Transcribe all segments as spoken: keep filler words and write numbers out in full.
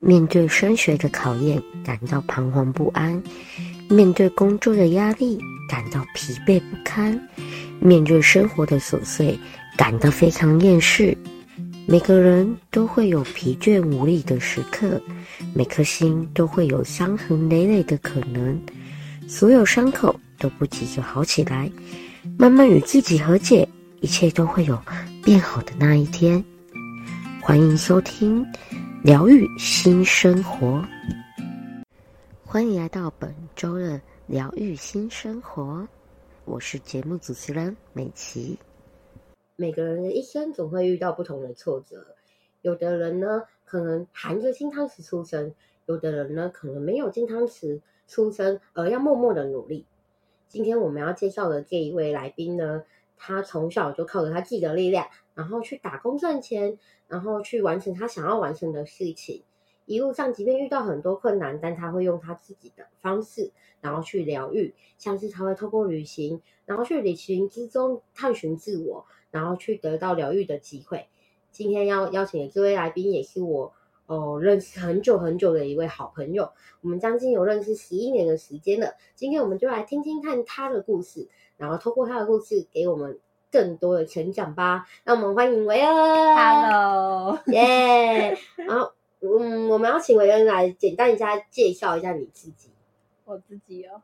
面对升学的考验感到彷徨不安，面对工作的压力感到疲惫不堪，面对生活的琐碎感到非常厌世。每个人都会有疲倦无力的时刻，每颗心都会有伤痕累累的可能，所有伤口都不急着好起来，慢慢与自己和解，一切都会有变好的那一天。欢迎收听疗愈新生活，欢迎来到本周的疗愈新生活，我是节目主持人美琪。每个人的一生总会遇到不同的挫折，有的人呢可能含着金汤匙出生，有的人呢可能没有金汤匙出生而要默默的努力。今天我们要介绍的这一位来宾呢，他从小就靠着他自己的力量，然后去打工赚钱，然后去完成他想要完成的事情。一路上即便遇到很多困难，但他会用他自己的方式然后去疗愈，像是他会透过旅行，然后去旅行之中探寻自我，然后去得到疗愈的机会。今天要邀请的这位来宾也是我哦，认识很久很久的一位好朋友，我们将近有认识十一年的时间了。今天我们就来听听看他的故事，然后透过他的故事给我们更多的成长吧。让我们欢迎维恩。 Hello， 耶、yeah 然后嗯，我们要请维恩来简单一下介绍一下你自己。 我自己哦，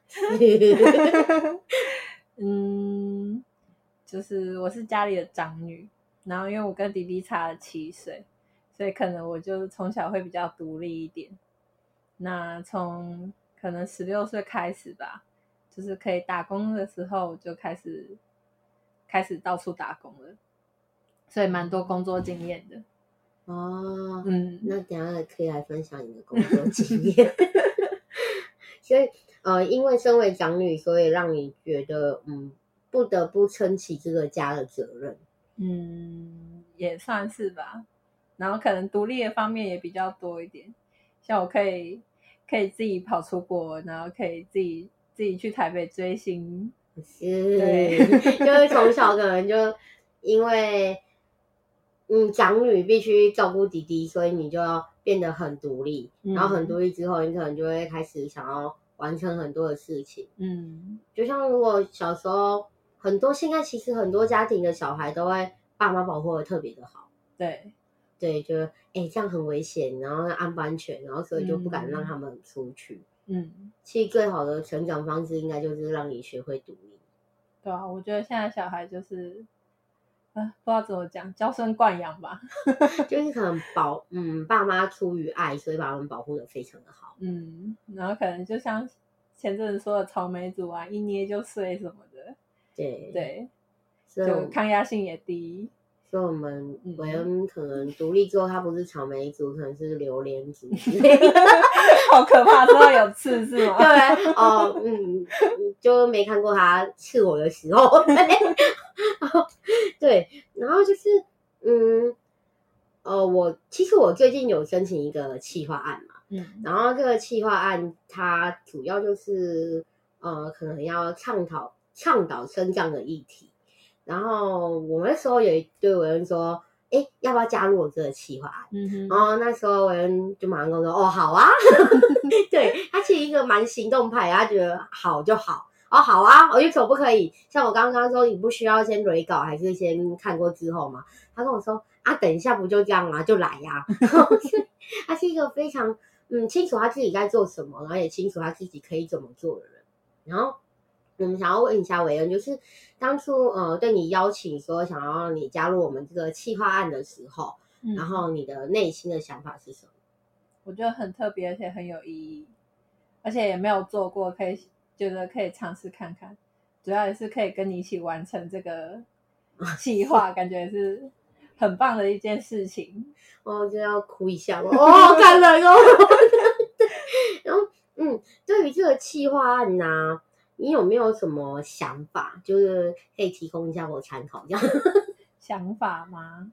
嗯，就是我是家里的长女，然后因为我跟弟弟差了七岁，所以可能我就从小会比较独立一点。那从可能十六岁开始吧，就是可以打工的时候就开始开始到处打工了，所以蛮多工作经验的。 哦， 嗯， 那等一下可以来分享你的工作经验。所以呃，因为身为长女，所以让你觉得嗯，不得不撑起这个家的责任。 嗯，也算是吧。然后可能独立的方面也比较多一点，像我可以可以自己跑出国，然后可以自己自己去台北追星。 是， 对， 就是从小可能就因为嗯长女必须照顾弟弟，所以你就要变得很独立， 嗯、 然后很独立之后，你可能就会开始想要完成很多的事情。 嗯， 就像如果小时候很多，现在其实很多家庭的小孩都会爸妈保护的特别的好。 对对，就哎、欸、这样很危险，然后安不安全，然后所以就不敢让他们出去。 嗯， 其实最好的成长方式应该就是让你学会独立。 对啊，我觉得现在小孩就是啊，不知道怎么讲，娇生惯养吧。 就是可能保嗯爸妈出于爱，所以把他们保护的非常的好。 嗯，然后可能就像前阵子说的草莓族啊，一捏就碎什么的。 对对， 所以就抗压性也低。 所以我们嗯韦恩可能独立之后，他不是草莓族，可能是榴莲族。 好可怕，知道有刺是吗？ 对哦，嗯，就没看过他刺我的时候。对，然后就是嗯，呃，我其实我最近有申请一个企划案嘛， 嗯， 然后这个企划案它主要就是呃，可能要倡导倡导生这样的议题。然后我们那时候有对韦恩说，哎，要不要加入我这个企划案？ 嗯哼， 然后那时候韦恩就马上跟我说，哦，好啊。对，他其实一个蛮行动派，他觉得好就好。哦，好啊，我就可不可以？像我刚刚说，你不需要先蕊稿，还是先看过之后嘛？他跟我说啊，等一下不就这样吗？就来呀、啊。他是一个非常嗯清楚他自己在做什么，然后也清楚他自己可以怎么做的人。然后我们想要问一下韦恩，就是当初呃对你邀请说想要你加入我们这个企划案的时候， 嗯、 然后你的内心的想法是什么？ 我觉得很特别，而且很有意义，而且也没有做过，可以觉得可以尝试看看。主要也是可以跟你一起完成这个计划，感觉是很棒的一件事情。 哦，就要哭一下了，哦，好感人哦。然后，嗯，对于这个企划案呢、啊，你有没有什么想法？就是可以提供一下我参考，这样。 想法吗？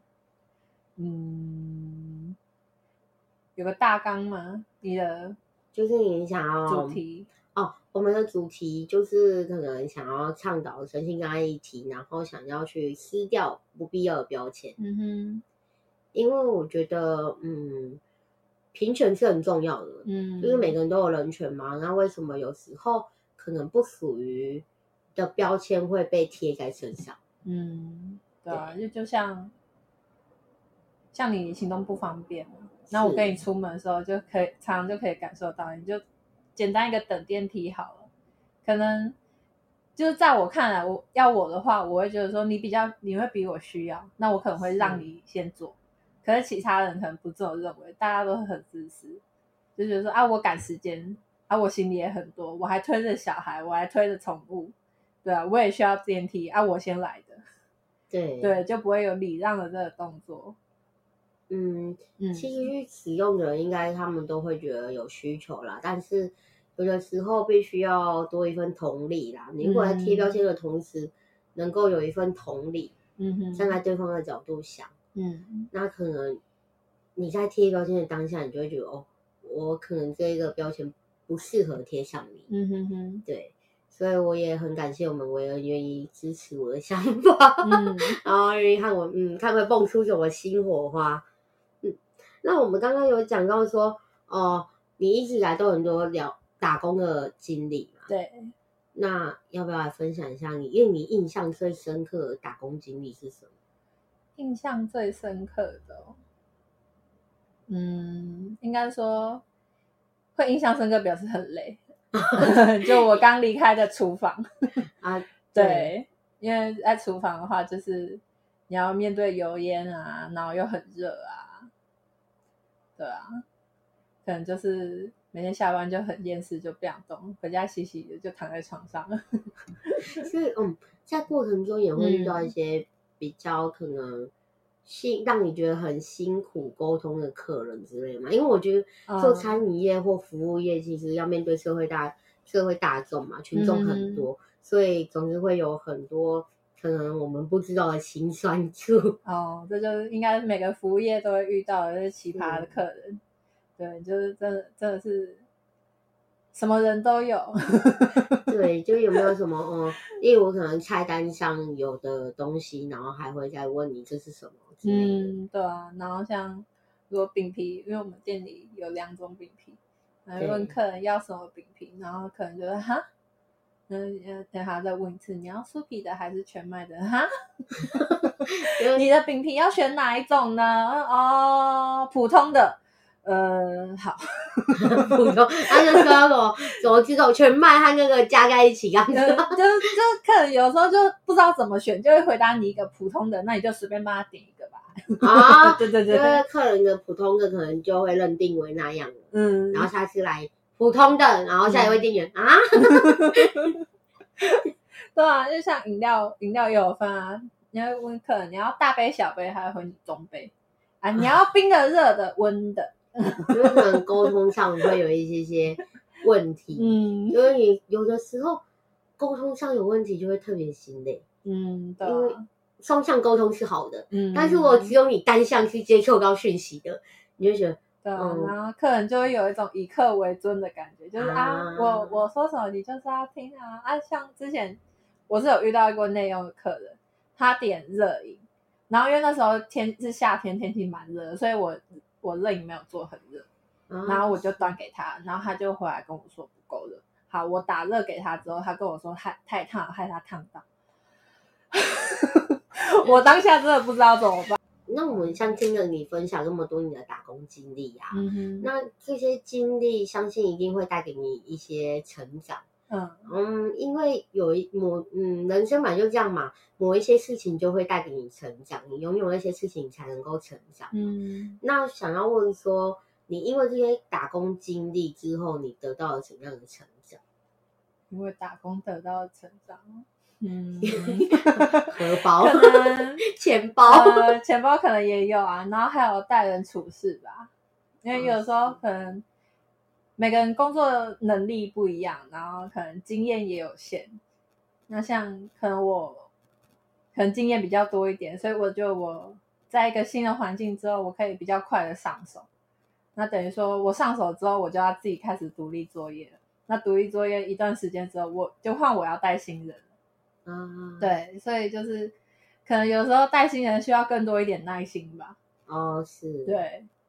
嗯，有个大纲吗？你的就是你想要主题哦，我们的主题就是可能想要倡导身心障碍议题，然后想要去撕掉不必要的标签。 嗯哼， 因为我觉得，嗯， 平权是很重要的， 嗯， 就是每个人都有人权嘛，那为什么有时候可能不属于的标签会被贴在身上？ 嗯，对啊，就就像像你行动不方便嘛，那我跟你出门的时候就可以常常就可以感受到，你就简单一个等电梯好了，可能就是在我看来，我要我的话，我会觉得说你比较你会比我需要，那我可能会让你先做，可是其他人可能不这么认为，大家都很自私，就觉得说啊我赶时间啊，我行李也很多，我还推着小孩，我还推着宠物，对啊，我也需要电梯啊，我先来的， 对对，就不会有礼让的这个动作。 嗯， 嗯， 其实去使用的人应该他们都会觉得有需求啦，但是有的时候必须要多一份同理啦。你如果在贴标签的同时，能够有一份同理， 嗯哼， 站在对方的角度想， 嗯， 那可能你在贴标签的当下，你就会觉得哦，我可能这个标签不适合贴上你。 嗯哼哼， 对，所以我也很感谢我们维恩愿意支持我的想法， 嗯， 然后愿意看我，嗯，看会蹦出什么新火花。嗯，那我们刚刚有讲到说，哦、呃，你一直以来都很多聊打工的经历嘛？ 对。 那要不要来分享一下你，因为你印象最深刻的打工经历是什么？ 印象最深刻的、哦，嗯，应该说会印象深刻，表示很累。就我刚离开的厨房啊， 对， 对， 因为在厨房的话，就是你要面对油烟啊，然后又很热啊，对啊，可能就是每天下班就很厌世，就不想动，回家洗洗的就躺在床上了。 所以嗯，在过程中也会遇到一些比较可能辛让你觉得很辛苦沟通的客人之类嘛。因为我觉得做餐饮业或服务业，其实要面对社会大社会大众嘛，群众很多，嗯、所以总是会有很多可能我们不知道的辛酸处。 哦，这就是应该每个服务业都会遇到的就是奇葩的客人。对，就是真的真的是什么人都有。 对，就有没有什么嗯，例如可能菜单上有的东西，然后还会再问你这是什么之类的。 嗯，对啊，然后像如果饼皮，因为我们店里有两种饼皮，然后问客人要什么饼皮，然后客人就说哈，嗯，等下再问一次，你要酥皮的还是全麦的？哈，你的饼皮要选哪一种呢？哦，普通的。呃，好， 普通，他就说什么什么这种全麦和那个加在一起，这样子， 就是就客人有时候就不知道怎么选，就会回答你一个普通的，那你就随便帮他点一个吧。 啊， 对对对， 因为客人的普通的可能就会认定为那样， 嗯， 然后下次来普通的，然后下一位店员、嗯、啊， 对啊，就像饮料，饮料也有分啊，你要问客人你要大杯小杯，还会回你中杯啊，你要冰的、热的、温的。 因为可能沟通上会有一些些问题，嗯，因为你有的时候沟通上有问题就会特别心累， 嗯，对啊， 因为双向沟通是好的， 嗯， 但是我只有你单向去接受到讯息的，你就觉得对啊，嗯、然后客人就会有一种以客为尊的感觉，就是啊，啊我我说什么你就是要听啊啊，像之前我是有遇到过内用的客人，他点热饮，然后因为那时候天是夏天，天气蛮热的，所以我。我热饮没有做很热，然后我就端给他，然后他就回来跟我说不够热。好，我打热给他之后，他跟我说太太烫，害他烫到。我当下真的不知道怎么办。 那我们像听了你分享那么多你的打工经历啊，嗯哼，那这些经历相信一定会带给你一些成长。嗯嗯，因为有一某嗯，人生嘛就这样嘛，某一些事情就会带给你成长，你拥有那些事情才能够成长。嗯，那想要问说，你因为这些打工经历之后，你得到了什么样的成长？ 因为打工得到的成长，嗯， 荷包， 可能钱包， 呃，钱包可能也有啊，然后还有待人处事吧，因为有时候可能。每个人工作能力不一样，然后可能经验也有限。那像可能我可能经验比较多一点，所以我觉得我在一个新的环境之后，我可以比较快的上手。那等于说我上手之后，我就要自己开始独立作业了。那独立作业一段时间之后，我就换我要带新人了。嗯，对，所以就是可能有时候带新人需要更多一点耐心吧。 哦，是， 对。因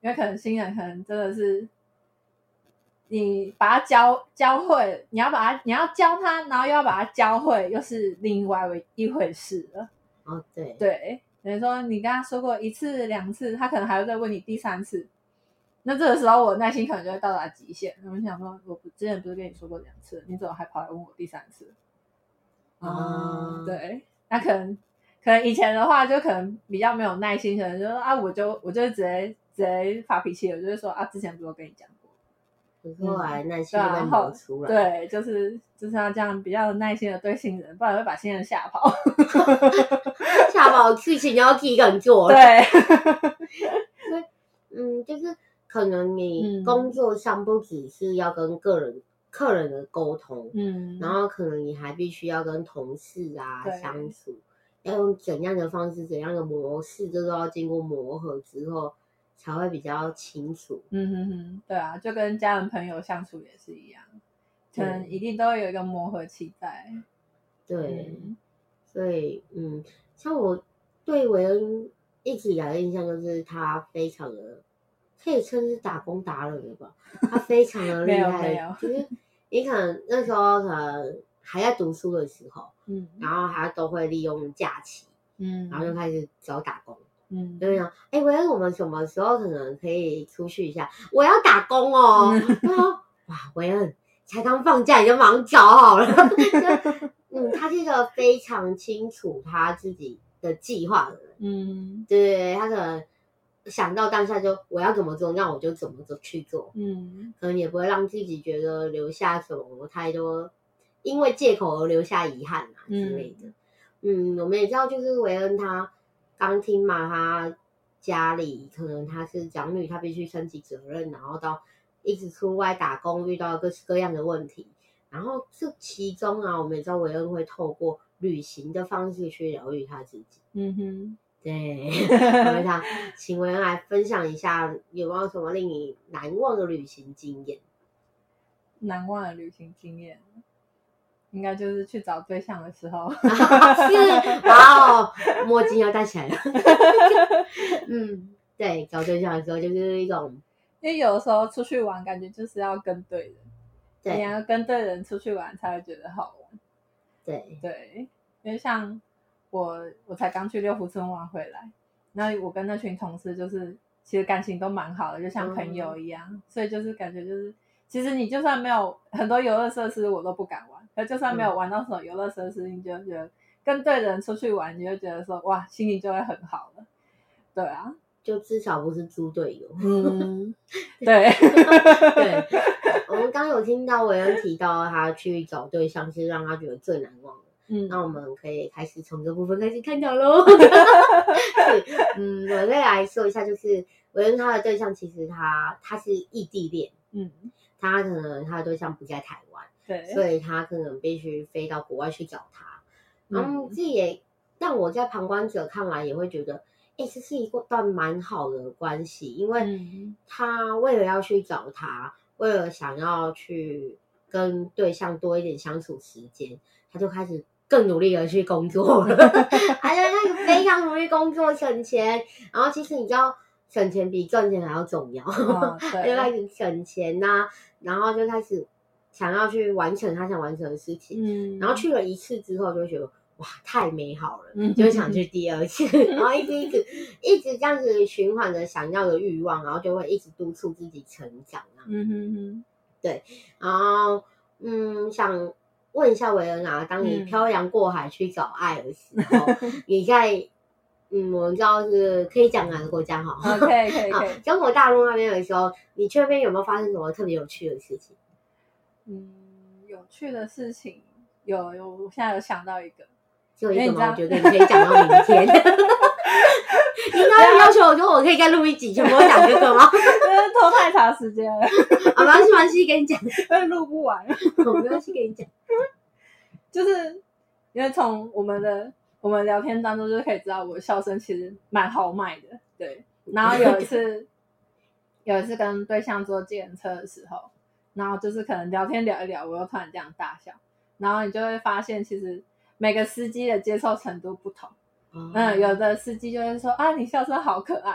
因为可能新人可能真的是你把他教教会，你要把他你要教他，然后又要把他教会，又是另外一回事了。 哦，对对，等于说你跟他说过一次两次，他可能还会再问你第三次。那这个时候我耐心可能就会到达极限，我想说，我之前不是跟你说过两次，你怎么还跑来问我第三次？ 啊、 嗯，对，那可能可能以前的话就可能比较没有耐心，可能就说啊，我就我就直接直接发脾气了，就是说啊，之前不是跟你讲过， 可是后来耐心对就被啊， 磨出来， 对，就是就是要这样比较有耐心的对新人，不然会把新人吓跑。 吓跑事情要自己一个人做了。 对， 所以嗯，就是可能你工作上不只是要跟个人、客人的沟通， 嗯， 然后可能你还必须要跟同事啊相处，要用怎样的方式、怎样的模式，这都要经过磨合之后才会比较清楚。 嗯哼哼，对啊，就跟家人朋友相处也是一样，可能一定都会有一个磨合期在。 对，嗯、所以嗯，像我对韦恩一直以来的印象就是他非常的。可以称是打工达人了吧？他非常的厉害， 没有没有就是你可能那时候可能还在读书的时候，嗯，然后他都会利用假期，嗯，然后就开始找打工，嗯，就想，哎，维恩，我们什么时候可能可以出去一下？我要打工哦，然后哇，维恩才刚放假你就马上找好了，就嗯，他是一个非常清楚他自己的计划的人，嗯，对，他可能。想到当下就我要怎么做，那我就怎么做去做，嗯，可能也不会让自己觉得留下什么太多，因为借口而留下遗憾啊之类的。嗯，嗯，我们也知道，就是韦恩他刚听嘛，他家里可能他是长女，他必须撑起责任，然后到一直出外打工，遇到各式各样的问题，然后这其中啊，我们也知道韦恩会透过旅行的方式去疗愈他自己。嗯哼。对，我想请维恩来分享一下，有没有什么令你难忘的旅行经验？ 难忘的旅行经验，应该就是去找对象的时候。 是，哇哦，墨镜要戴起来了。嗯，对，找对象的时候就是一种， 因为有的时候出去玩，感觉就是要跟对人，对，你要跟对人出去玩才会觉得好玩。 对对，因为像。我我才刚去六福村玩回来，那我跟那群同事就是其实感情都蛮好的，就像朋友一样，嗯、所以就是感觉就是其实你就算没有很多游乐设施我都不敢玩，可就算没有玩到什么游乐设施，你就觉得跟对人出去玩，你就觉得说哇，心里就会很好了。对啊， 就至少不是猪队友。 嗯，对对，我们刚有听到维恩提到他去找对象是让他觉得最难忘的。嗯，那我们可以开始从这部分开始探讨咯。嗯，我再来说一下，就是维恩他的对象其实他他是异地恋，嗯，他可能他的对象不在台湾，对，所以他可能必须飞到国外去找他。然后这也让我在旁观者看来也会觉得，哎、欸，这是一段蛮好的关系，因为他为了要去找他，为了想要去跟对象多一点相处时间，他就开始。更努力的去工作了，还有那个非常努力工作省钱，然后其实你知道省钱比赚钱还要重要，哦、他就开始省钱呐、啊，然后就开始想要去完成他想完成的事情，嗯，然后去了一次之后就会觉得哇太美好了，嗯、就会想去第二次，然后一直一直一直这样子循环的想要的欲望，然后就会一直督促自己成长啊，嗯哼哼，对，然后嗯想。问一下维恩啊，当你漂洋过海去找爱的时候，嗯、你在嗯，我们知道是可以讲哪个国家哈？ 可以可以可以。 中国大陆那边的时候，你去那边有没有发生什么特别有趣的事情？ 嗯，有趣的事情有有，我现在有想到一个， 就一个吗？我觉得你可以讲到明天。你刚刚要求我说我可以再录一集，全部讲这个吗？ 拖太长时间了。 啊，没关系，没关系，跟你讲， 录不完。 没关系，跟你讲。 就是因为从我们的我们聊天当中就可以知道，我的笑声其实蛮豪迈的，对。然后有一次，有一次跟对象坐计程车的时候，然后就是可能聊天聊一聊，我又突然这样大笑，然后你就会发现，其实每个司机的接受程度不同。嗯，有的司机就会说啊，你笑声好可爱啊，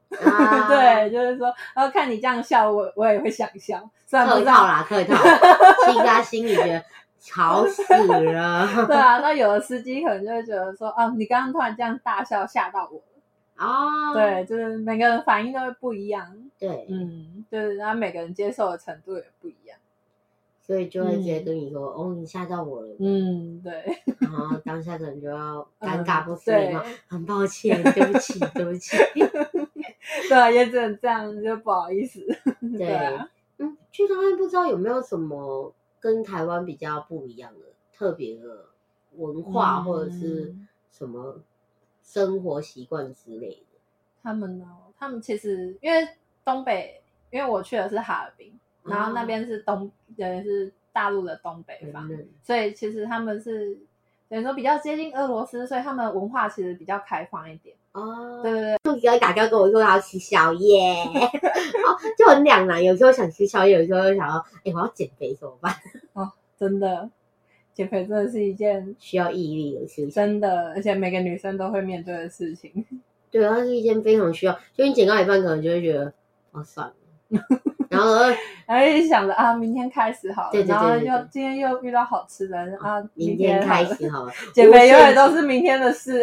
啊、对，就是说，然后看你这样笑，我我也会想笑，虽然不客知道套啦，客套，其实他心里觉得吵死了。 对啊，那有的司机可能就会觉得说，啊，你刚刚突然这样大笑吓到我了。 哦， 对，就是每个人反应都会不一样。 对， 嗯，就是他每个人接受的程度也不一样， 所以就会直接跟你说，嗯、哦，你吓到我了。 嗯，对。 然后当下可能就要尴尬不失礼貌， 嗯、 很抱歉，对不起，对不起。 对啊，也只能这样，就不好意思。 对， 对啊， 嗯，去台湾不知道有没有什么跟台湾比较不一样的特别的文化、嗯、或者是什么生活习惯之类的。 他们呢？他们其实因为东北，因为我去的是哈尔滨， 啊、 然后那边是东，等于是大陆的东北方，嗯、所以其实他们是等于说比较接近俄罗斯，所以他们文化其实比较开放一点。哦，对对对， 肚子打嗝跟我说他要吃宵夜，哦，就很两难。有时候想吃宵夜，有时候又想要，哎、欸，我要减肥怎么办？ 哦，真的，减肥真的是一件需要毅力的事情， 真的，而且每个女生都会面对的事情。 对，它是一件非常需要，就你减到一半，可能就会觉得，哦，算了，然后然后一想着啊，明天开始好了， 对对对对对， 然后又今天又遇到好吃的啊， 明天开始好了， 减肥永远都是明天的事。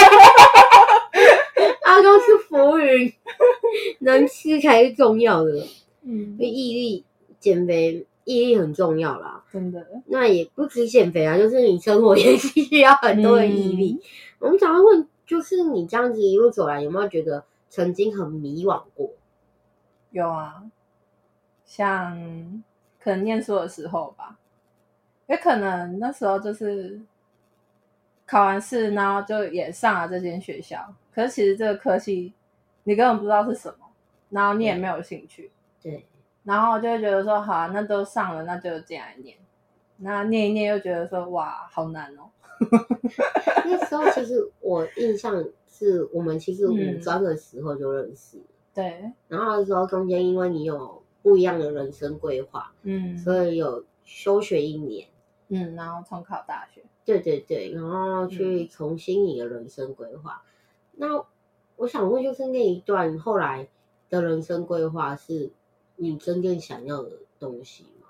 阿公是浮云，能吃才是重要的。 嗯， 毅力减肥，毅力很重要啦， 真的。 那也不止减肥啊，就是你生活也需要很多的毅力。嗯、我们想要问，就是你这样子一路走来，有没有觉得曾经很迷惘过？ 有啊，像可能念书的时候吧，也可能那时候就是考完试，然后就也上了这间学校，可是其实这个科系你根本不知道是什么，然后你也没有兴趣， 对， 然后就会觉得说，好啊，那都上了，那就进来念。那念一念又觉得说，哇，好难哦。 那时候其实我印象是我们其实五专的时候就认识、嗯， 对。 然后那时候中间因为你有不一样的人生规划，嗯，所以有休学一年， 嗯，然后重考大学。 对对对，然后去重新你的人生规划。嗯、那我想问，就是那一段后来的人生规划是你真正想要的东西吗？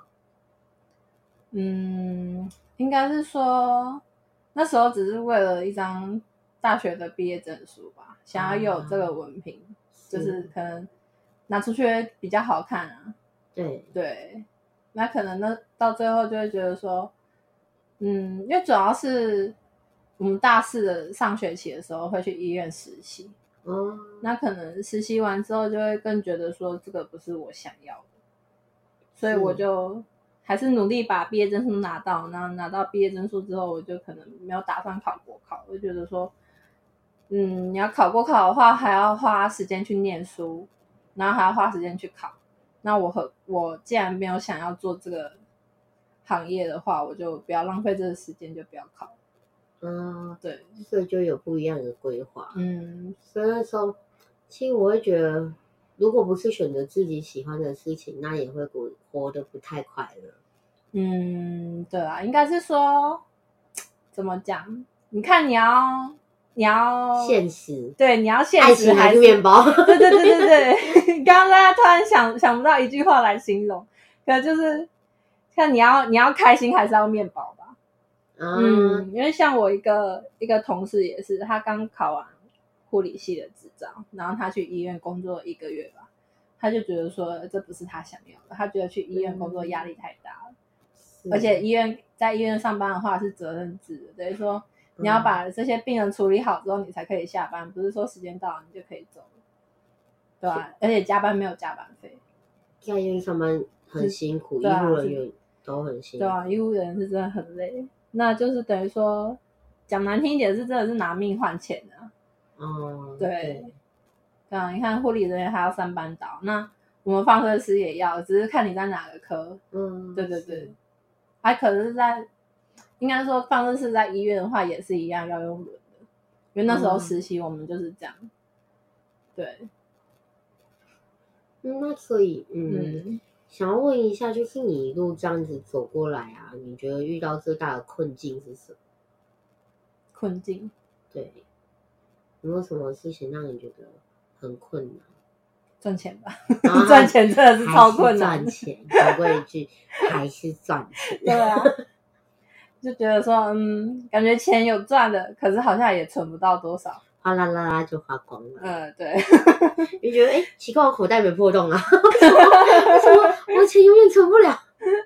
嗯，应该是说那时候只是为了一张大学的毕业证书吧，想要有这个文凭、啊，就是可能拿出去比较好看啊。 对对，那可能那到最后就会觉得说，嗯，因为主要是我们大四的上学期的时候会去医院实习，哦，那可能实习完之后就会更觉得说这个不是我想要的，所以我就还是努力把毕业证书拿到，然后拿到毕业证书之后，我就可能没有打算考国考，我就觉得说，嗯，你要考国考的话，还要花时间去念书，然后还要花时间去考。那我和我既然没有想要做这个行业的话，我就不要浪费这个时间，就不要考。嗯，对， 所以就有不一样的规划。嗯，所以那时候，其实我会觉得，如果不是选择自己喜欢的事情，那也会活活得不太快乐。 嗯，对啊，应该是说，怎么讲？你看，你要。你要现实， 对，你要现实还是面包？ 对对对对对，刚刚大家突然想想不到一句话来形容，可就是看你要你要开心还是要面包吧？嗯, 嗯，因为像我一个一个同事也是，他刚考完护理系的执照，然后他去医院工作一个月吧，他就觉得说这不是他想要的，他觉得去医院工作压力太大了，嗯、而且医院在医院上班的话是责任制的，等于说。你要把这些病人处理好之后，你才可以下班，不是说时间到了你就可以走了，对吧、啊？而且加班没有加班费。 在医院上班很辛苦，医护人员都很辛苦。 对啊，医护人是真的很累。那就是等于说，讲难听一点是真的是拿命换钱的、啊。哦，对。对, 对啊，你看护理人员还要三班倒，那我们放射师也要，只是看你在哪个科。嗯，对对对。还可是在。应该说放射师在医院的话也是一样要用轮的，因为那时候实习我们就是这样。嗯、对， 那所以嗯, 嗯，想要问一下，就是你一路这样子走过来啊，你觉得遇到最大的困境是什么？ 困境？ 对，有没有什么事情让你觉得很困难？ 赚钱吧，赚钱真的是超困难。 赚钱，总归一句还是赚钱。 对啊，就觉得说，嗯，感觉钱有赚的，可是好像也存不到多少， 哗啦啦啦就花光了。 嗯，对。 你觉得哎，奇怪，我口袋没破洞啊？为什么？为什么我钱永远存不了？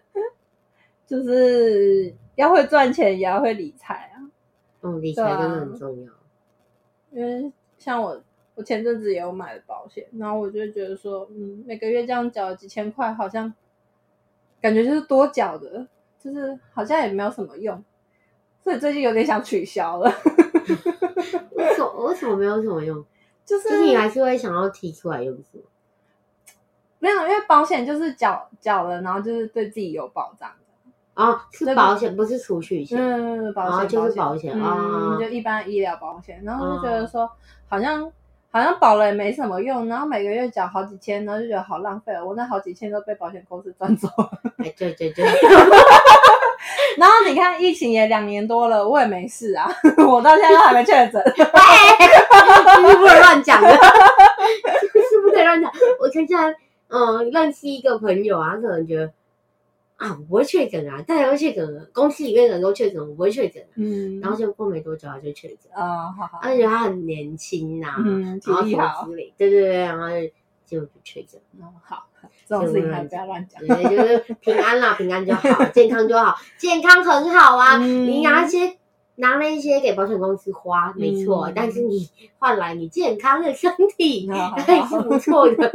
就是要会赚钱，也要会理财啊。 嗯，理财真的很重要。 啊、因为像我。我前阵子也有买了保险，然后我就觉得说，嗯，每个月这样缴几千块，好像感觉就是多缴的，就是好像也没有什么用，所以最近有点想取消了。 为什么？为什么没有什么用？ 就是、 就是你还是会想要提出来用，是吗？ 没有，因为保险就是缴缴了，然后就是对自己有保障的。 哦，是保险，不是储蓄险。 嗯，保险、 哦、就是保险啊、 嗯，就一般医疗保险，然后就觉得说，哦、好像。好像保了也没什么用，然后每个月缴好几千，然后就觉得好浪费了。我那好几千都被保险公司赚走了。 哎，对对对。 然后你看，疫情也两年多了，我也没事啊，我到现在都还没确诊。 是不能乱讲的，是不可以乱讲。我曾经嗯认识一个朋友啊，他可能觉得。啊，我不会确诊啊，大家都确诊了，公司里面的人都确诊，我不会确诊。嗯，然后就过没多久他就确诊。 啊、哦，好好。 而且他很年轻呐、啊， 嗯，体力好， 对对对，然后就就确诊。 哦，好，这种事情还不要乱讲。 对，就是平安啦，平安就好，健康就好，健康很好啊。嗯、你拿一些拿了一些给保险公司花，没错，嗯、但是你换来你健康的身体，还是不错的。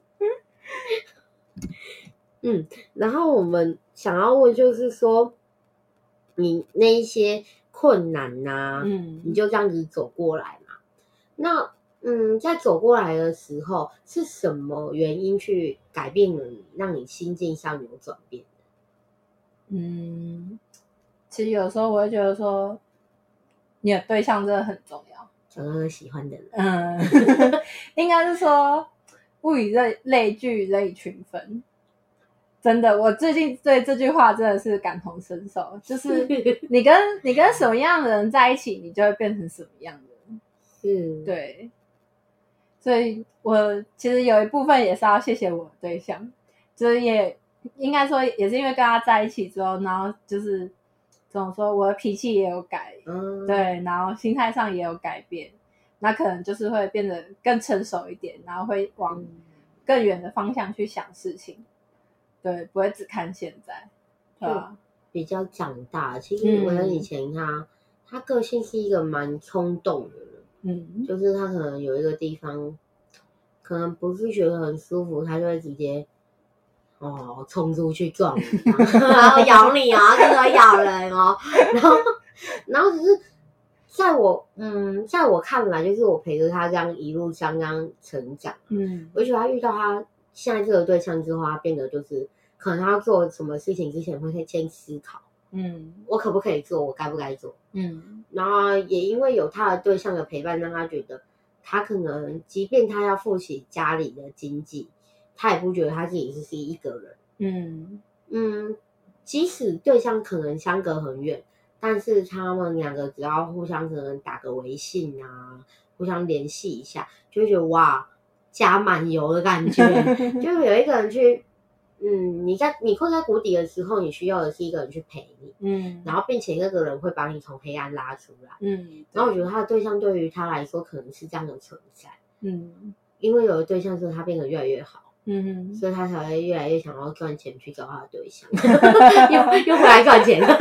嗯，然后我们想要问就是说，你那一些困难呐、啊，嗯，你就这样子走过来嘛？那嗯，在走过来的时候，是什么原因去改变了你，让你心境上有转变的？ 嗯，其实有时候我会觉得说，你的对象真的很重要， 找到喜欢的人。 嗯，应该是说，物以类类聚，人以群分。真的，我最近对这句话真的是感同身受，就是你跟你跟什么样的人在一起，你就会变成什么样的人。 嗯， 对。所以我其实有一部分也是要谢谢我的对象，就是也应该说也是因为跟他在一起之后，然后就是怎么说，我的脾气也有改，嗯，对，然后心态上也有改变，那可能就是会变得更成熟一点，然后会往更远的方向去想事情。对，不会只看现在，对吧？ 比较长大。其实我以前他、嗯、他个性是一个蛮冲动的人，嗯，就是他可能有一个地方可能不是觉得很舒服，他就会直接哦冲出去撞你、啊，然后咬你啊，真的咬人哦。然后，然后只是在我嗯，在我看来，就是我陪着他这样一路相当成长，嗯，我觉得他遇到他。现在这个对象之后，他变得就是可能他要做什么事情之前会先思考，嗯，我可不可以做，我该不该做，嗯，然后也因为有他的对象的陪伴，让他觉得他可能即便他要负起家里的经济，他也不觉得他自己是一个人，嗯嗯，即使对象可能相隔很远，但是他们两个只要互相可能打个微信啊，互相联系一下，就会觉得哇。加满油的感觉，就是有一个人去，嗯，你在你困在谷底的时候，你需要的是一个人去陪你，嗯，然后并且那个人会把你从黑暗拉出来，嗯，然后我觉得他的对象对于他来说可能是这样的存在，嗯，因为有的对象是他变得越来越好，嗯，所以他才会越来越想要赚钱去找他的对象，又又回来赚钱，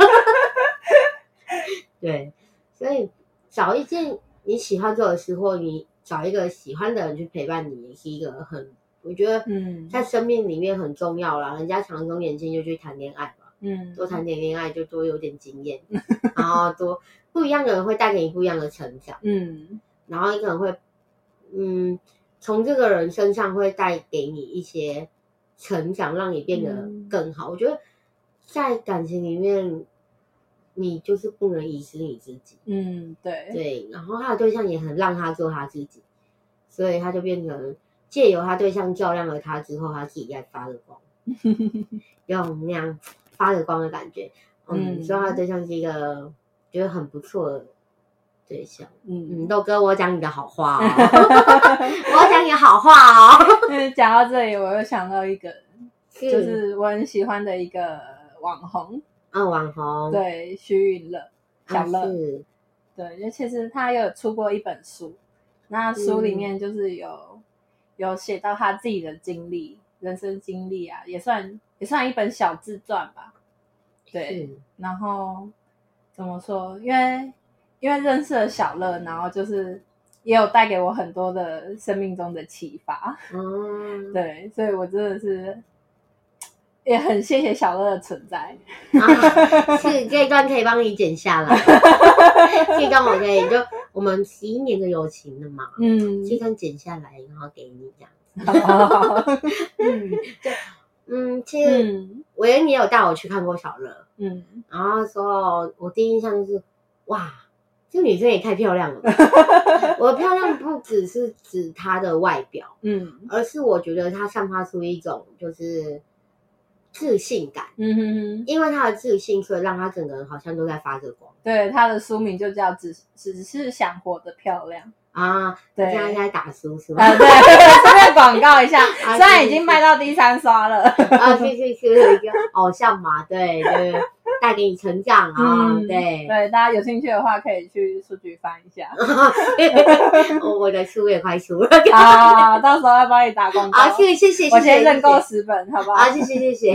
对，所以找一件你喜欢做的事，或你。找一个喜欢的人去陪伴你，也是一个很，我觉得，嗯，在生命里面很重要啦。人家常说年轻就去谈恋爱嘛，嗯，多谈点恋爱就多有点经验，然后多不一样的人会带给你不一样的成长，嗯，然后你可能会，嗯，从这个人身上会带给你一些成长，让你变得更好。嗯、我觉得在感情里面。你就是不能遗失你自己，嗯，对对，然后他的对象也很让他做他自己，所以他就变成借由他对象照亮了他之后，他自己在发着光，有那样发着光的感觉，嗯，嗯所以他的对象是一个觉得很不错的对象，嗯嗯，豆哥，我讲你的好话哦，我要讲你的好话哦， 为讲到这里，我又想到一个人， 是就是我很喜欢的一个网红， 啊，网红， 对，徐允乐，小乐， 啊是对，就其实他有出过一本书，那书里面就是有、嗯、有写到他自己的经历，人生经历啊，也算也算一本小自传吧。对，然后怎么说？因为因为认识了小乐，然后就是也有带给我很多的生命中的启发。 嗯， 对，所以我真的是也很谢谢小乐的存在。 啊，是这一段可以帮你剪下来，这一段我可以就我们十一年的友情了嘛，嗯，这段剪下来，然后给你这样子。好好好嗯，就嗯，其实我也你有带我去看过小乐，嗯，然后说我第一印象就是哇，这女生也太漂亮了吧。我的漂亮不只是指她的外表，嗯，而是我觉得她散发出一种就是自信感，嗯哼哼，因为她的自信，所以让她整个人好像都在发着光。 对，她的书名就叫只只是想活得漂亮。 啊，对，现在在打书是吗？ 啊，对，顺便广告一下，虽然已经卖到第三刷了。 啊，是是是，一个偶像嘛，对对，带给你成长啊，嗯、对对，大家有兴趣的话可以去书局翻一下。 我的书也快出了啊，到时候要帮你打广告。 啊，谢谢谢谢， 我先认购十本，好不好？ 啊，谢谢谢谢。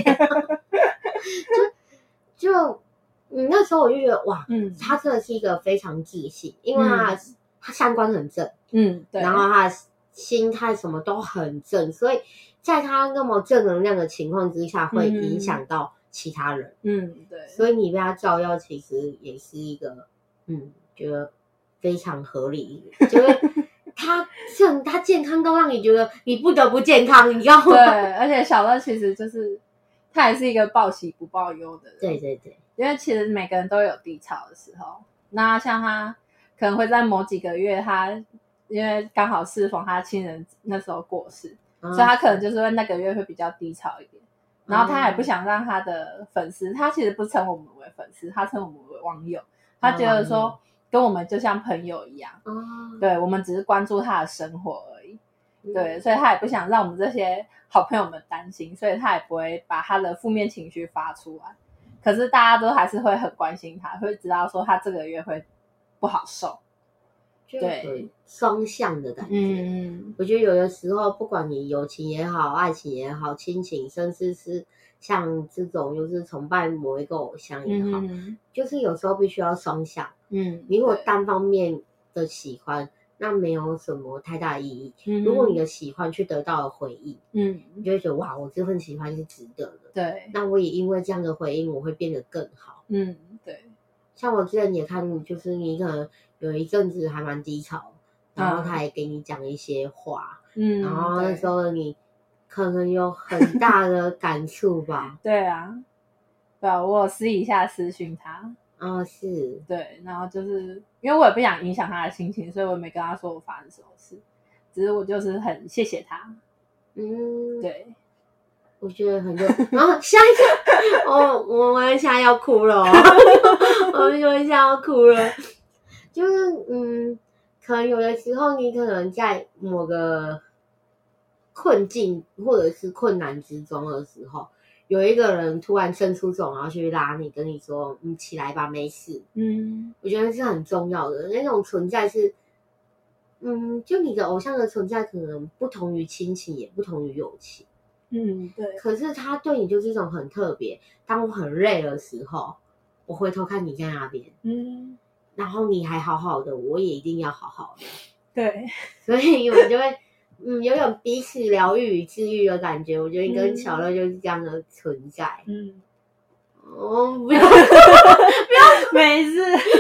就就嗯，那时候我就觉得哇，嗯，他真的是一个非常自信，因为他。嗯他三观很正，嗯，对，然后他的心态什么都很正，所以在他那么正能量的情况之下，会影响到其他人，嗯，对，所以你被他照耀，其实也是一个，嗯，觉得非常合理，就是他正他健康都让你觉得你不得不健康，你知道吗？ 对，而且小乐其实就是他也是一个报喜不报忧的人， 对对对， 因为其实每个人都有低潮的时候，那像他。可能会在某几个月他，他因为刚好适逢他亲人那时候过世，嗯、所以他可能就是会那个月会比较低潮一点。然后他也不想让他的粉丝，他其实不称我们为粉丝，他称我们为网友。他觉得说跟我们就像朋友一样，嗯、对我们只是关注他的生活而已。嗯、对，所以他也不想让我们这些好朋友们担心，所以他也不会把他的负面情绪发出来。可是大家都还是会很关心他，会知道说他这个月会。不好受， 对，双向的感觉。嗯，我觉得有的时候，不管你友情也好，爱情也好，亲情，甚至是像这种就是崇拜某一个偶像也好，嗯、就是有时候必须要双向。嗯，你如果单方面的喜欢，那没有什么太大意义。嗯、如果你的喜欢去得到了回应，嗯，你就会觉得哇，我这份喜欢是值得的。对，那我也因为这样的回应，我会变得更好。嗯，对。像我之前也看，就是你可能有一阵子还蛮低潮，然后他也给你讲一些话，嗯，然后那时候你可能有很大的感触吧。 对啊，对啊，我有私底下私讯他， 哦，是， 对，然后就是因为我也不想影响他的心情，所以我也没跟他说我发生什么事，只是我就是很谢谢他，嗯，对。 我觉得很多，然后下一个，哦，我们现在要哭了、哦，我们现在要哭了，就是嗯，可能有的时候你可能在某个困境或者是困难之中的时候，有一个人突然伸出手，然后去拉你，跟你说：“你起来吧，没事。”嗯，我觉得是很重要的，那种存在是，嗯，就你的偶像的存在可能不同于亲情，也不同于友情。 嗯，对。 可是他对你就是一种很特别。当我很累的时候，我回头看你在那边，嗯，然后你还好好的，我也一定要好好的。 对， 所以我就会，嗯，有种彼此疗愈与治愈的感觉。我觉得你跟小乐就是这样的存在。嗯，哦，不要，不要， 没事。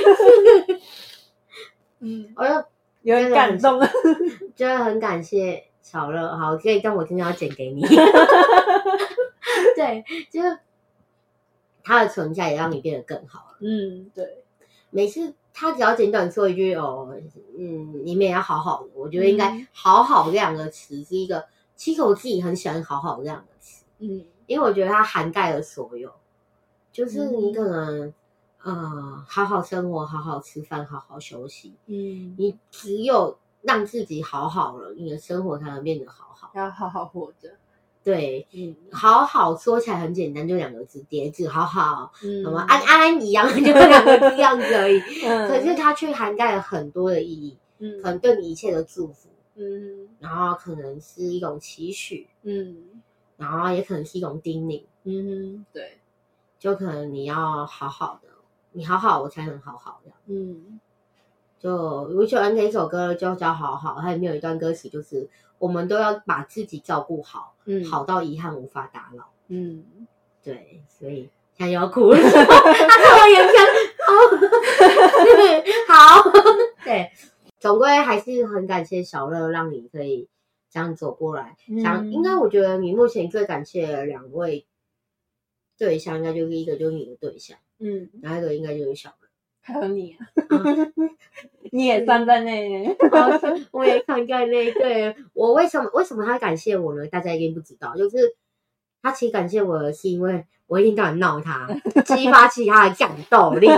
嗯， 我就有点感动， 真的很感谢。小乐，好，所以但我真的要剪给你。对，就是他的存在也让你变得更好了。 嗯，对。 每次他只要简短说一句哦，嗯，你们也要好好的。我觉得应该“好好”这两个词是一个，其实我自己很喜欢“好好”这两个词。嗯，因为我觉得它涵盖了所有，就是你可能、嗯、呃好好生活，好好吃饭，好好休息。嗯，你只有。 让自己好好了，你的生活才能变得好好， 要好好活着。 对， 嗯， 好好说起来很简单，就两个字，叠字，好好， 嗯， 什么安安一样，就两个字样子而已。 嗯， 可是它却涵盖了很多的意义， 嗯， 可能对你一切的祝福， 嗯， 然后可能是一种期许， 嗯， 然后也可能是一种叮咛， 嗯，对， 就可能你要好好的，你好好，我才能好好的。 嗯， 就吴秀恩那首歌就叫好好，它里面有一段歌词就是我们都要把自己照顾好， 嗯， 好到遗憾无法打扰。 嗯， 对，所以现在要哭了，他看我眼睛，哦，好，对，总归还是很感谢小乐，让你可以这样走过来。想、 嗯， 应该我觉得你目前最感谢的两位对象，应该就是一个就是你的对象， 嗯， 然后一个应该就是小乐。 还有你啊， 啊你也算在内。 哦，我也看在内。对，我为什么为什么他感谢我呢？大家一定不知道，就是他其实感谢我的是因为我一天到晚闹他，激发起他的战斗力。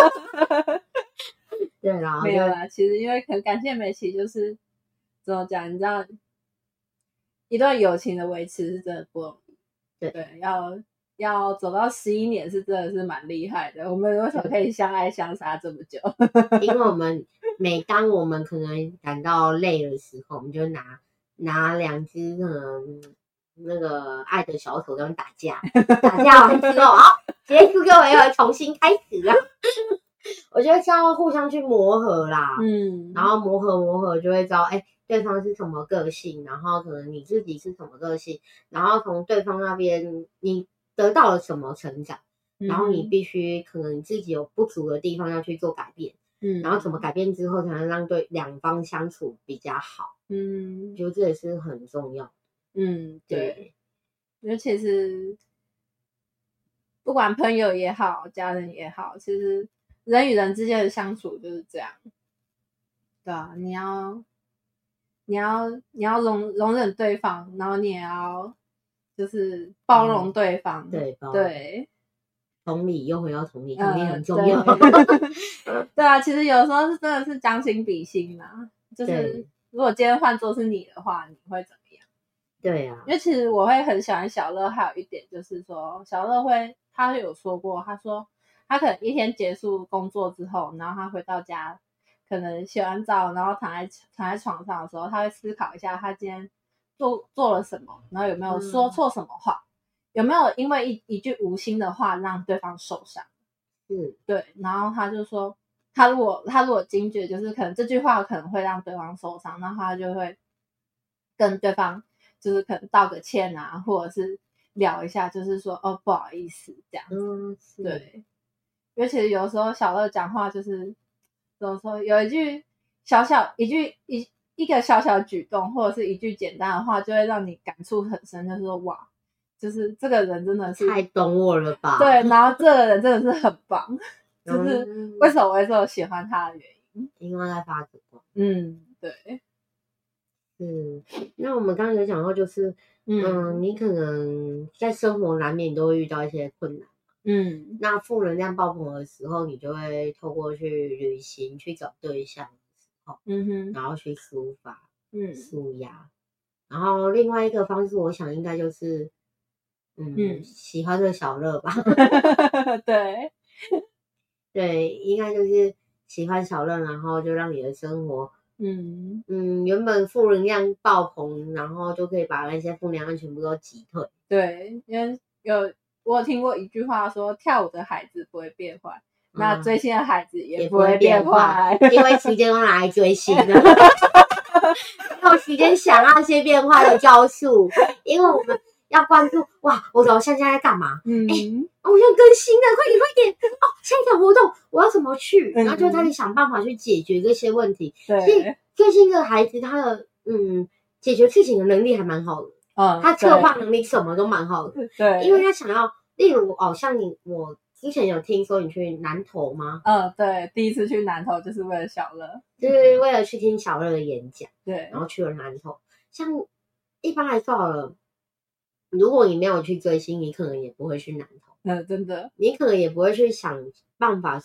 对啦， 没有啦，其实因为很感谢美琪，就是怎么讲，你知道，一段友情的维持是真的不容易。 对对，要要走到十一年是真的是蛮厉害的。我们为什么可以相爱相杀这么久？ 因为我们每当我们可能感到累的时候，我们就拿拿两只可能那个爱的小手跟打架，打架完之后，好，结束就没有重新开始了。我觉得是要互相去磨合啦， 嗯， 然后磨合磨合就会知道，哎，对方是什么个性，然后可能你自己是什么个性，然后从对方那边你得到了什么成长，然后你必须可能自己有不足的地方要去做改变， 嗯， 然后怎么改变之后才能让对两方相处比较好， 嗯， 我觉得这也是很重要。 嗯，对， 对， 因为其实不管朋友也好，家人也好，其实人与人之间的相处就是这样。对啊，你要你要你要容容忍对方，然后你也要就是包容对方。 嗯、对，包容。 对， 同理又回到同理，同理很重呃、 要。 对, 对啊，其实有时候是真的是将心比心啦。就是如果今天换作是你的话，你会怎么样？ 对啊， 因为其实我会很喜欢小乐，还有一点就是说，小乐会他有说过，他说他可能一天结束工作之后，然后他回到家，可能洗完澡，然后躺在躺在床上的时候，他会思考一下他今天做做了什么，然后有没有说错什么话，嗯、有没有因为一一句无心的话让对方受伤。 嗯， 对，然后他就说，他如果他如果惊觉，就是可能这句话可能会让对方受伤，那他就会跟对方就是可能道个歉啊，或者是聊一下，就是说哦不好意思这样子。 嗯， 对，因为其实有时候小乐讲话就是怎么说，有一句小小一句一一个小小举动，或者是一句简单的话，就会让你感触很深，就是说哇。就是这个人真的是太懂我了吧？ 对，然后这个人真的是很棒，就是为什么我会这么喜欢他的原因， 因为他发着光。 嗯，对， 嗯，那我们刚刚有讲到，就是嗯、呃，你可能在生活难免都会遇到一些困难，嗯，那负能量爆棚的时候，你就会透过去旅行、去找对象的时候，嗯哼，然后去抒发，嗯，抒压，然后另外一个方式，我想应该就是。嗯，嗯喜欢这小乐吧？ 对， 对，应该就是喜欢小乐，然后就让你的生活，嗯嗯，原本负能量爆棚，然后就可以把那些负能量全部都击退。 对，因为有我有听过一句话说，跳舞的孩子不会变坏，嗯、那追星的孩子也不会变坏， 因为时间都拿来追星了。没有时间想那些变坏的招数，因为我们。要关注哇！我找现在在干嘛？嗯，哎、欸，我要更新了，快点快点哦！下一场活动我要怎么去？嗯、然后就开始想办法去解决这些问题。对，所以最近这个孩子他的嗯解决事情的能力还蛮好的，嗯，他策划能力什么都蛮好的。对，因为他想要，例如哦，像你我之前有听说你去南投吗？ 嗯，对，第一次去南投就是为了小乐， 就是为了去听小乐的演讲。 对， 然后去了南投。像一般来说好了。如果你没有去追星，你可能也不会去南投。 嗯，真的， 你可能也不会去想办法说，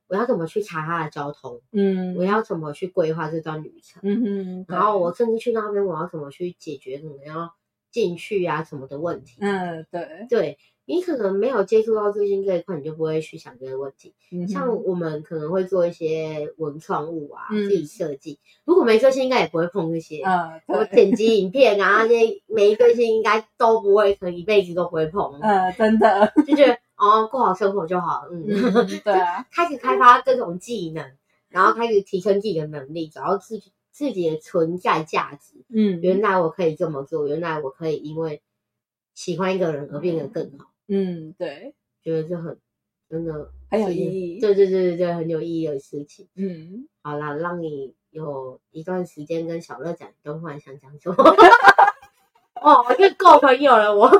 我要怎么去查它的交通， 嗯， 我要怎么去规划这段旅程， 嗯哼， 然后我甚至去那边我要怎么去解决可能要进去啊什么的问题。 嗯，对对，你可能没有接触到最近这一块，你就不会去想这个问题。 嗯、 像我们可能会做一些文创物啊， 嗯、 自己设计。如果没这些，应该也不会碰这些。 嗯， 我剪辑影片啊，那些每一个些应该都不会，可能一辈子都不会碰。 嗯，真的， 就觉得哦，过好生活就好。嗯， 嗯对啊， 开始开发各种技能，然后开始提升自己的能力，找到自己自己的存在价值。 嗯， 原来我可以这么做，原来我可以因为喜欢一个人而变得更好。 嗯，对， 觉得这很真的很有意义。 对对对对对，很有意义的事情。 嗯， 好啦，让你有一段时间跟小乐讲一段话，想讲什么？哦，我就够朋友了，我。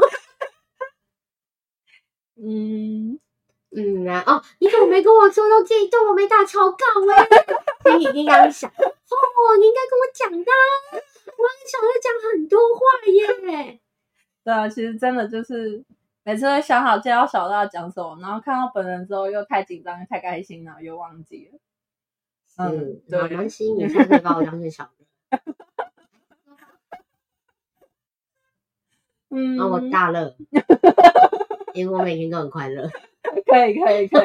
嗯嗯啊，哦，你怎么没跟我说到这一段？我没打草稿哎，心里一定要想，哦，你应该跟我讲的，我跟小乐讲很多话耶。 对啊，其实真的就是每次会想好见到小乐要讲什么，然后看到本人之后又太紧张、太开心，然后又忘记了。 嗯， 对， 蛮心你下次把我当成小乐。 嗯， 然后我大乐，因为我每天都很快乐。 可以，可以，可以。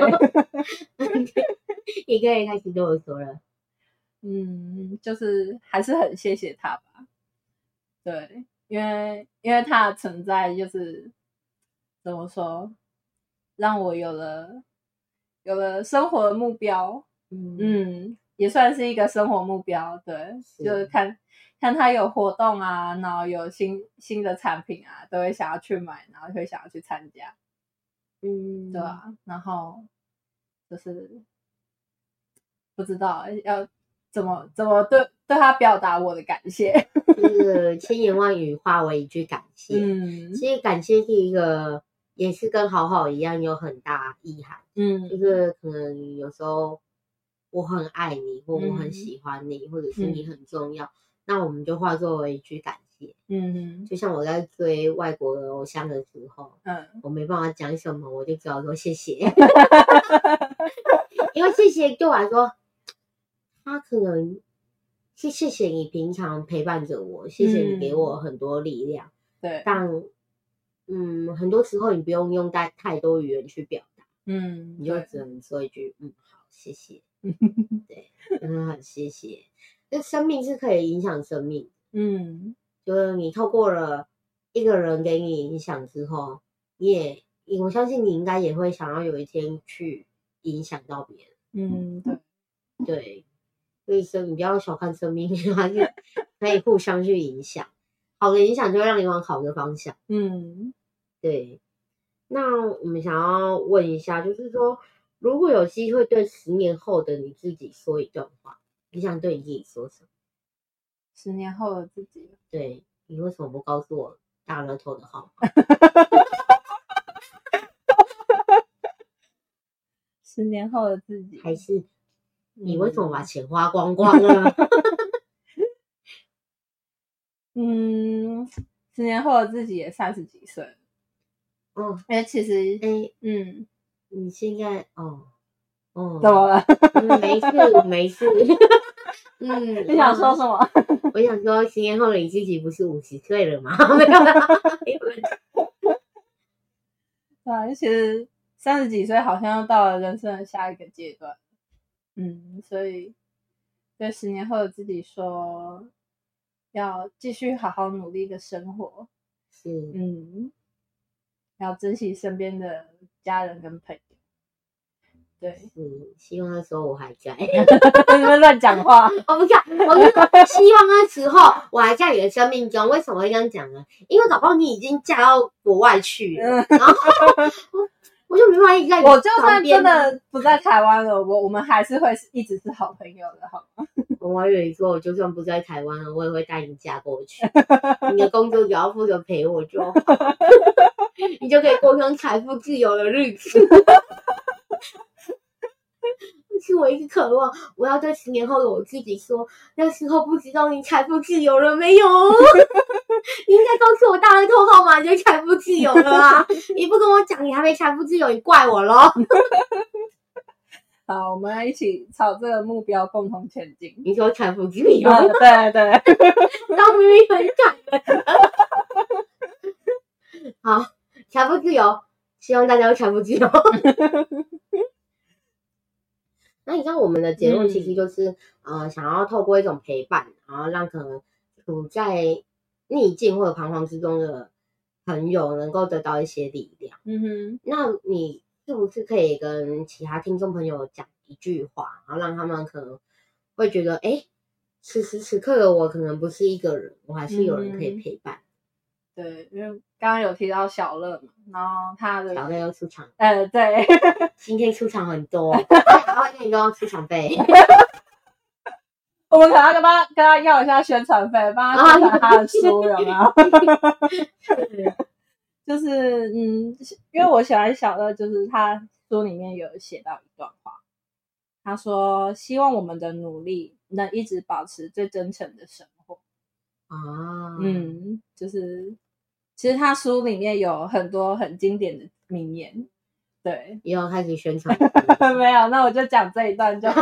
你可以开始跟我说了。 嗯，就是还是很谢谢他吧。对，因为因为他的存在，就是怎么说，让我有了有了生活的目标。嗯嗯，也算是一个生活目标。对，是就是看看他有活动啊，然后有新新的产品啊，都会想要去买，然后会想要去参加。嗯，对啊，然后就是不知道要怎么怎么对对他表达我的感谢， 就是千言万语化为一句感谢。嗯，其实感谢是一个也是跟好好一样有很大意涵。嗯，就是可能有时候我很爱你，或我很喜欢你，嗯、或者是你很重要，嗯、那我们就化作为一句感谢。嗯，就像我在追外国的偶像的时候，嗯，我没办法讲什么，我就只好说谢谢，因为谢谢对我来说，他可能是谢谢你平常陪伴着我，谢谢你给我很多力量。对、嗯，但嗯，很多时候你不用用太太多语言去表达，嗯，你就只能说一句嗯好，谢谢。对，真的很谢谢。那生命是可以影响生命，嗯。就是你透过了一个人给你影响之后，你也我相信你应该也会想要有一天去影响到别人。嗯，对，对，所以说你不要小看生命，还是可以互相去影响。好的影响就会让你往好的方向。嗯，对。那我们想要问一下，就是说，如果有机会对十年后的你自己说一段话，你想对你自己说什么？十年后的自己，对，你为什么不告诉我大乐透的号码？十年后的自己，还是你为什么把钱花光光了？ 嗯，十年后的自己也三十几岁了。哦，因为其实， 哎，嗯，你现在哦哦， 怎么了？ 嗯，没事，没事。 嗯，你想说什么？ 我想说，十年后的你自己不是五十岁了吗？没有啦，没有啦。 对啊，其实三十几岁好像又到了人生的下一个阶段。嗯，所以对十年后的自己说，要继续好好努力的生活。 是， 嗯，要珍惜身边的家人跟朋友。对， 是，希望那时候我还在。 你们乱讲话。 我不讲，我是说，希望那时候我还在你的生命中。为什么会这样讲呢？因为搞不好你已经嫁到国外去了，然后我我就没办法一直在你旁边。 我就算真的不在台湾了，我我们还是会一直是好朋友的，好吗？ 我还以为说，我就算不在台湾了，我也会带你嫁过去。你的工作只要负责陪我就好，你就可以过上财富自由的日子。是我一直渴望，我要在十年后的我自己说，那时候不知道你财富自由了没有？你应该告诉我大乐透号码，你就财富自由了啊！你不跟我讲，你还没财富自由，你怪我咯。 好，我们一起朝这个目标共同前进。 你说财富自由？ 嗯、对对， 当明明很感人。好，财富自由，希望大家都财富自由。那你像我们的节目其实就是、嗯、呃，想要透过一种陪伴，然后让可能处在逆境或者彷徨之中的朋友能够得到一些力量。 嗯哼， 那你是不是可以跟其他听众朋友讲一句话，然后让他们可能会觉得，哎，此时此刻的我可能不是一个人，我还是有人可以陪伴。 嗯、对，因为刚刚有提到小乐嘛，然后他的小乐又出场， 呃，对， 今天出场很多，还会跟你说出场费。 我们可能要跟他跟他要一下宣传费，帮他宣传他的书，有没有？就是嗯，因为我喜欢小乐，就是他书里面有写到一段话，他说希望我们的努力能一直保持最真诚的生活。 啊， 嗯，就是其实他书里面有很多很经典的名言。对， 以后开始宣传。 没有，那我就讲这一段就好。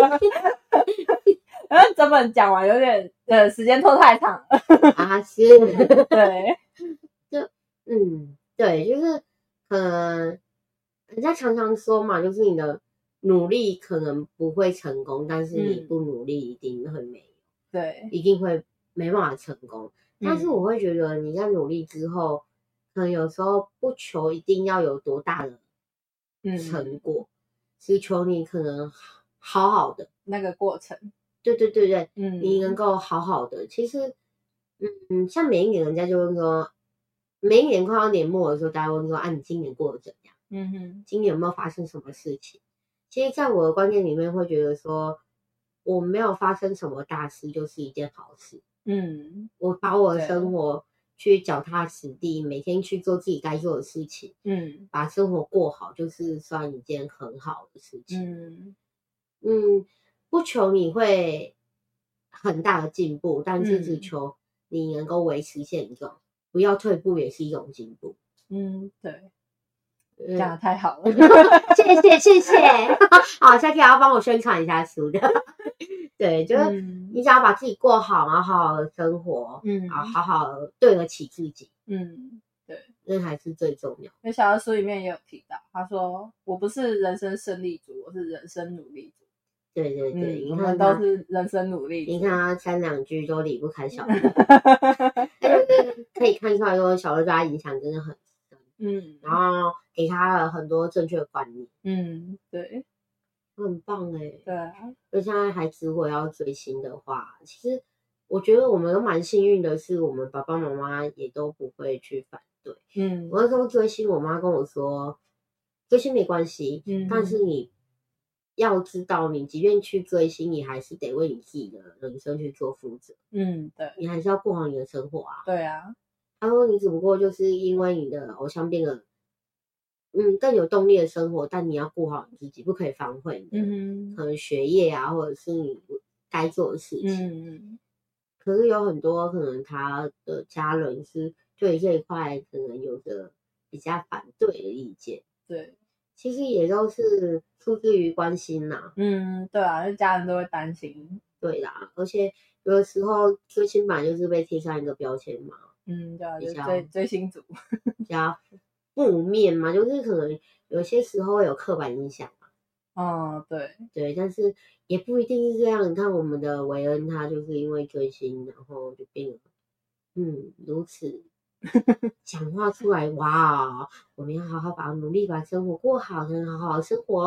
因为整本讲完有点呃时间拖太长了。 啊，是， 对， 就嗯，对，就是可能人家常常说嘛，就是你的努力可能不会成功，但是你不努力一定会没有， 对， 一定会没办法成功。但是我会觉得你在努力之后，可能有时候不求一定要有多大的成果，只、嗯、求你可能好好的那个过程。 对对对对， 嗯， 你能够好好的。其实，嗯，像每一年人家就会说，每一年快要年末的时候，大家会说啊，你今年过得怎样？ 嗯哼， 今年有没有发生什么事情？其实，在我的观念里面，会觉得说，我没有发生什么大事，就是一件好事。 嗯， 我把我的生活去脚踏实地，每天去做自己该做的事情， 嗯， 把生活过好，就是算一件很好的事情。 嗯嗯。不求你会很大的进步，但是只求你能够维持现状，嗯、不要退步也是一种进步。 嗯，对，讲得太好了， 谢谢谢谢。好，下次还要帮我宣传一下书的。对，就是你想要把自己过好，然后好好的生活，嗯，然后好好对得起自己， 嗯，对， 那才是最重要。 因为小的书里面也有提到，他说我不是人生胜利组，我是人生努力组。 对对对， 嗯、我们都是人生努力。 你看他三两句都离不开小乐，但是可以看出来说小乐对他影响真的很深，嗯，然后给他了很多正确的观念， 嗯，对， 很棒哎， 对啊。 而现在孩子如果要追星的话，其实我觉得我们都蛮幸运的是，我们爸爸妈妈也都不会去反对。嗯，我那时候追星，我妈跟我说，追星没关系，嗯，但是你。要知道，你即便去追星，你还是得为你自己的人生去做负责。嗯，对，你还是要过好你的生活啊。 对啊， 他说你只不过就是因为你的偶像变得，嗯，更有动力的生活，但你要顾好你自己，不可以反悔你的、嗯、可能学业啊，或者是你该做的事情。嗯，可是有很多可能他的家人是对这一块可能有着比较反对的意见。 对。 其实也都是出自于关心啦， 嗯，对啊，就家人都会担心， 对啦，而且有的时候追星版就是被贴上一个标签嘛， 嗯，对啊，就追追星族， 比较负面嘛，就是可能有些时候会有刻板印象嘛， 哦，对对，但是也不一定是这样。你看我们的韦恩，他就是因为追星，然后就变得嗯如此。讲话出来，哇！我们要好好把努力把生活过好，才能好好生活。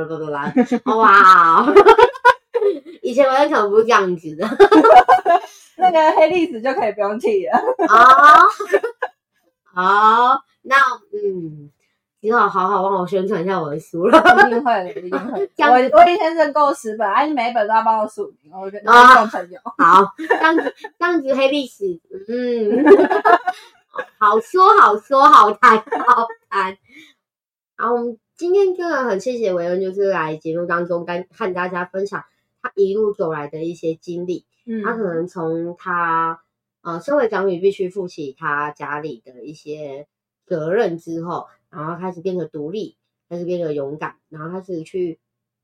哇！以前我可能不是这样子的， 那个黑历史就可以不用提了。 哦，好，那嗯，只好好好帮我宣传一下我的书了。 一定会的，一定会。我我一天认购十本，哎，你每一本都要帮我署名，我跟你做朋友。 好，这样子这样子黑历史，嗯。好说好说好谈好谈，然后我们今天真的很谢谢韦恩，就是来节目当中跟和大家分享他一路走来的一些经历。嗯，他可能从他呃身为长女必须负起他家里的一些责任之后，然后开始变得独立，开始变得勇敢，然后开始去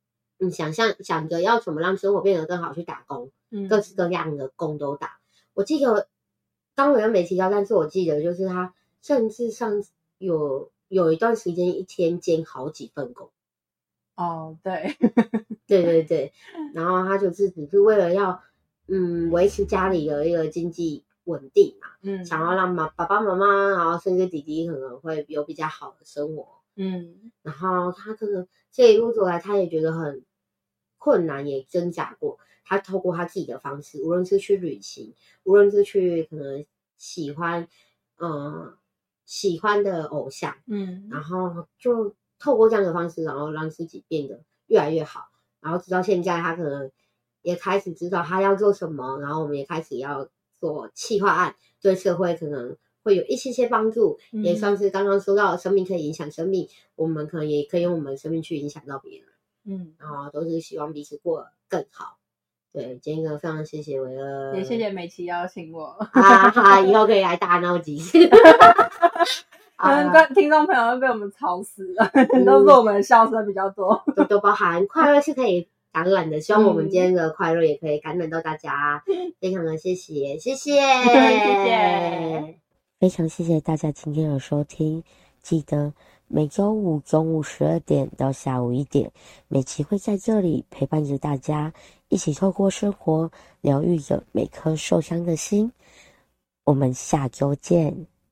嗯想象想着要怎么让生活变得更好去打工， 嗯， 各式各样的工都打。我记得刚我又没提到，但是我记得就是他甚至上有有一段时间一天兼好几份工。 哦，对， 对对对，然后他就是只是为了要嗯维持家里的一个经济稳定嘛， 嗯， 想要让妈爸爸妈妈，然后甚至弟弟可能会有比较好的生活。 嗯， 然后他这个这一路走来，他也觉得很困难，也挣扎过。他透过他自己的方式，无论是去旅行，无论是去可能喜欢，呃，喜欢的偶像， 嗯， 然后就透过这样的方式，然后让自己变得越来越好。然后直到现在，他可能也开始知道他要做什么，然后我们也开始要做企划案，对社会可能会有一些些帮助， 嗯也算是刚刚说到生命可以影响生命，我们可能也可以用我们的生命去影响到别人， 嗯， 然后都是希望彼此过得更好。对，今天非常谢谢维恩， 也谢谢美琪邀请我。 啊哈，以后可以来大闹几次。 可能跟听众朋友会被我们吵死了，都是我们的笑声比较多， 都都包含快乐是可以感染的，希望我们今天的快乐也可以感染到大家，非常的谢谢，谢谢， 谢谢， 非常谢谢大家今天的收听，记得每周五中午十二点到下午一点，美琪会在这里陪伴着大家，一起透过生活疗愈着每颗受伤的心。我们下周见。